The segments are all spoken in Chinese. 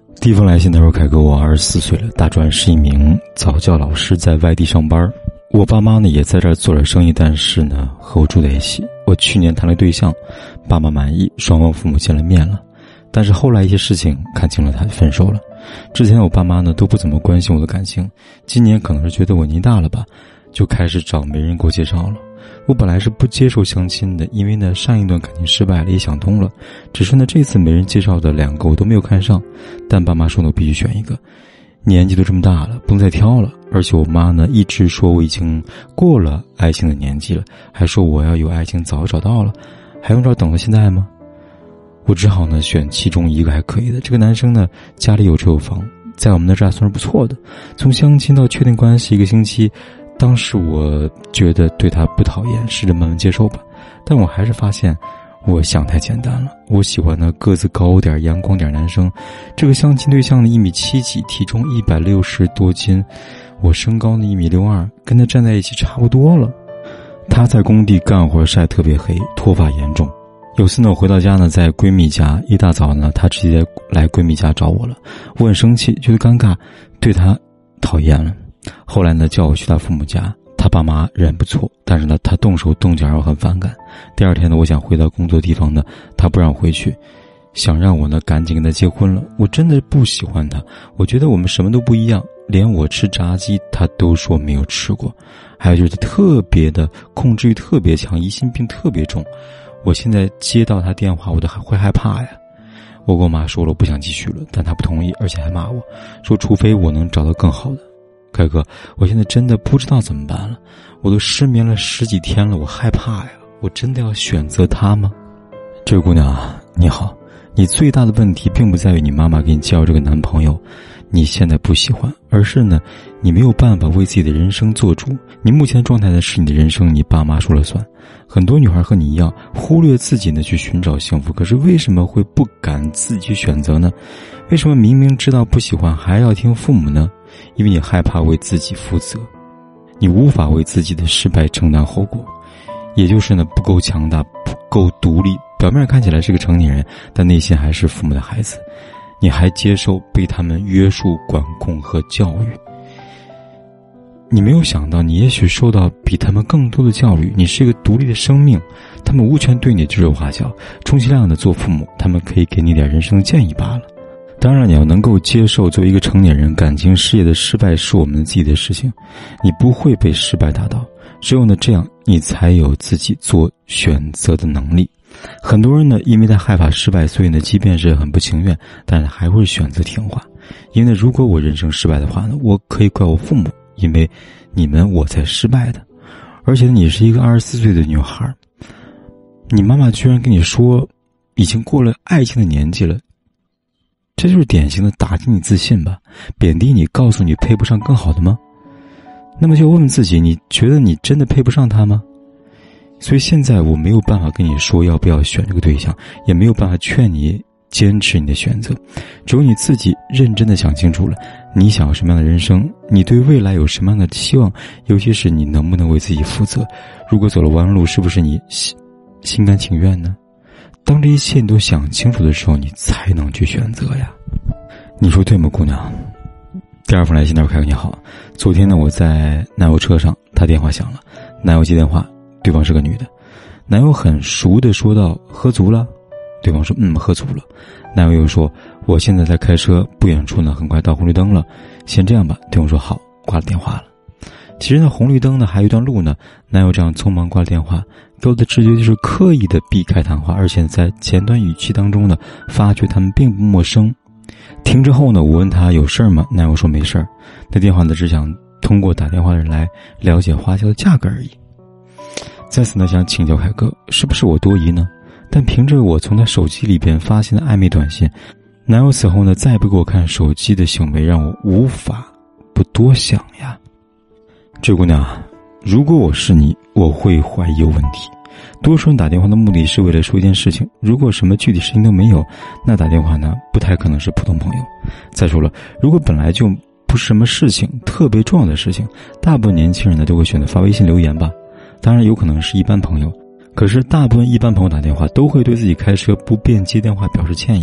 第一封来信的时候，凯哥，我24岁了，大专是一名早教老师，在外地上班。我爸妈呢也在这儿做了生意，但是呢和我住在一起。我去年谈了对象，爸妈满意，双方父母见了面了，但是后来一些事情看清了，他就分手了。之前我爸妈呢都不怎么关心我的感情，今年可能是觉得我年大了吧，就开始找媒人给我介绍了。我本来是不接受相亲的，因为呢上一段感情失败了，也想通了。只是呢这次媒人介绍的2个我都没有看上，但爸妈说呢我必须选一个，年纪都这么大了，不能再挑了。而且我妈呢一直说我已经过了爱情的年纪了，还说我要有爱情早找到了，还用着等到现在吗？我只好呢选其中一个还可以的。这个男生呢家里有车有房，在我们那这还算是不错的。从相亲到确定关系1个星期，当时我觉得对他不讨厌，试着慢慢接受吧。但我还是发现我想太简单了。我喜欢呢个子高点阳光点男生。这个相亲对象呢1.7米几，体重160多斤，我身高呢1.62米，跟他站在一起差不多了。他在工地干活晒特别黑，脱发严重。有次呢我回到家呢，在闺蜜家，一大早呢他直接来闺蜜家找我了。我很生气，觉得尴尬，对他讨厌了。后来呢叫我去他父母家，他爸妈人不错，但是呢他动手动脚让我很反感。第2天呢我想回到工作地方呢，他不让回去，想让我呢赶紧跟他结婚了。我真的不喜欢他，我觉得我们什么都不一样，连我吃炸鸡他都说没有吃过。还有就是他特别的控制欲特别强，疑心病特别重。我现在接到他电话我都还会害怕呀。我跟我妈说了我不想继续了，但她不同意，而且还骂我说除非我能找到更好的。凯哥，我现在真的不知道怎么办了，我都失眠了10几天了，我害怕呀，我真的要选择他吗？这位姑娘啊，你好，你最大的问题并不在于你妈妈给你介绍这个男朋友你现在不喜欢，而是呢你没有办法为自己的人生做主。你目前的状态呢是你的人生你爸妈说了算。很多女孩和你一样忽略自己呢去寻找幸福，可是为什么会不敢自己去选择呢？为什么明明知道不喜欢还要听父母呢？因为你害怕为自己负责，你无法为自己的失败承担后果，也就是呢不够强大，不够独立。表面看起来是个成年人，但内心还是父母的孩子，你还接受被他们约束管控和教育。你没有想到你也许受到比他们更多的教育，你是一个独立的生命，他们无权对你指手画脚，充其量的做父母他们可以给你点人生的建议罢了。当然你要能够接受作为一个成年人，感情事业的失败是我们自己的事情，你不会被失败打倒，只有呢这样你才有自己做选择的能力。很多人呢因为他害怕失败，所以呢即便是很不情愿，但是还会选择听话。因为呢如果我人生失败的话呢，我可以怪我父母，因为你们我才失败的。而且你是一个24岁的女孩，你妈妈居然跟你说已经过了爱情的年纪了，这就是典型的打击你自信吧，贬低你，告诉你配不上更好的吗？那么就问问自己，你觉得你真的配不上他吗？所以现在我没有办法跟你说要不要选这个对象，也没有办法劝你坚持你的选择，只有你自己认真的想清楚了，你想要什么样的人生，你对未来有什么样的期望，尤其是你能不能为自己负责。如果走了弯路，是不是你心甘情愿呢？当这一切你都想清楚的时候，你才能去选择呀。你说对吗，姑娘？第2封来信的凯哥你好，昨天呢我在男友车上，他电话响了，男友接电话，对方是个女的。男友很熟的说道喝足了，对方说喝足了。男友又说我现在在开车，不远处呢很快到红绿灯了，先这样吧。对方说好，挂了电话了。其实呢红绿灯呢还有一段路呢，男友这样匆忙挂了电话，给我的直觉就是刻意的避开谈话，而且在简短语气当中呢发觉他们并不陌生。停车后呢我问他有事儿吗，男友说没事儿，那电话呢只想通过打电话的人来了解花销的价格而已。在此呢想请教凯哥，是不是我多疑呢？但凭着我从他手机里边发现的暧昧短信，男友此后呢再不给我看手机的行为让我无法不多想呀。这姑娘啊，如果我是你，我会怀疑有问题。多数人打电话的目的是为了说一件事情，如果什么具体事情都没有，那打电话呢不太可能是普通朋友。再说了，如果本来就不是什么事情特别重要的事情，大部分年轻人呢都会选择发微信留言吧。当然有可能是一般朋友，可是大部分一般朋友打电话都会对自己开车不便接电话表示歉意吧。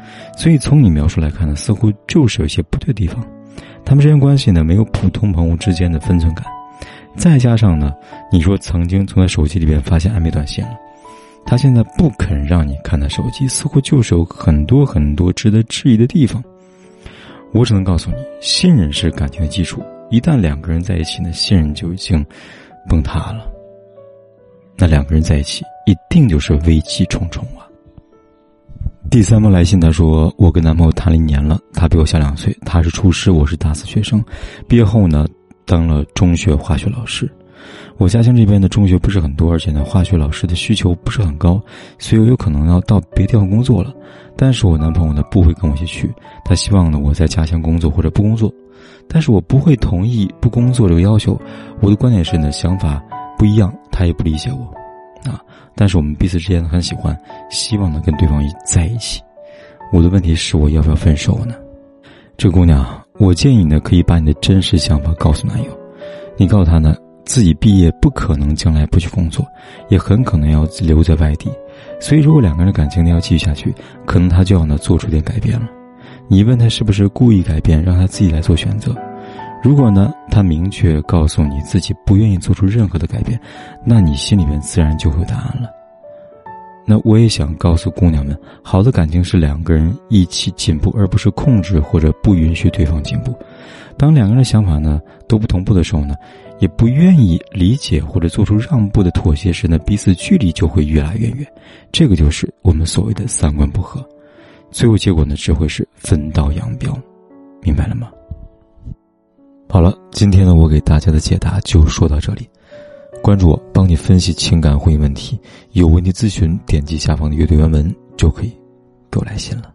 所以从你描述来看呢，似乎就是有些不对的地方。他们之间关系呢，没有普通朋友之间的分寸感。再加上呢，你说曾经从他手机里边发现暧昧短信了，他现在不肯让你看他手机，似乎就是有很多很多值得质疑的地方。我只能告诉你，信任是感情的基础，一旦两个人在一起呢，信任就已经崩塌了，那两个人在一起一定就是危机重重啊。第3封来信，他说，我跟男朋友谈了1年了，他比我小2岁，他是厨师，我是大4学生，毕业后呢当了中学化学老师。我家乡这边的中学不是很多，而且呢化学老师的需求不是很高，所以我有可能要到别地方工作了。但是我男朋友呢不会跟我一起去，他希望呢我在家乡工作或者不工作，但是我不会同意不工作这个要求。我的观点是呢，想法不一样，他也不理解我但是我们彼此之间很喜欢，希望能跟对方在一起。我的问题是，我要不要分手呢？这个姑娘，我建议你呢可以把你的真实想法告诉男友，你告诉他呢自己毕业不可能将来不去工作，也很可能要留在外地，所以如果两个人的感情要继续下去，可能他就要呢做出点改变了。你问他是不是故意改变，让他自己来做选择。如果呢他明确告诉你自己不愿意做出任何的改变，那你心里面自然就会有答案了。那我也想告诉姑娘们，好的感情是两个人一起进步，而不是控制或者不允许对方进步。当两个人的想法呢都不同步的时候呢，也不愿意理解或者做出让步的妥协时呢，彼此距离就会越来越远。这个就是我们所谓的三观不合，最后结果呢只会是分道扬镳，明白了吗？好了，今天呢我给大家的解答就说到这里。关注我，帮你分析情感婚姻问题，有问题咨询，点击下方的阅读原文就可以给我来信了。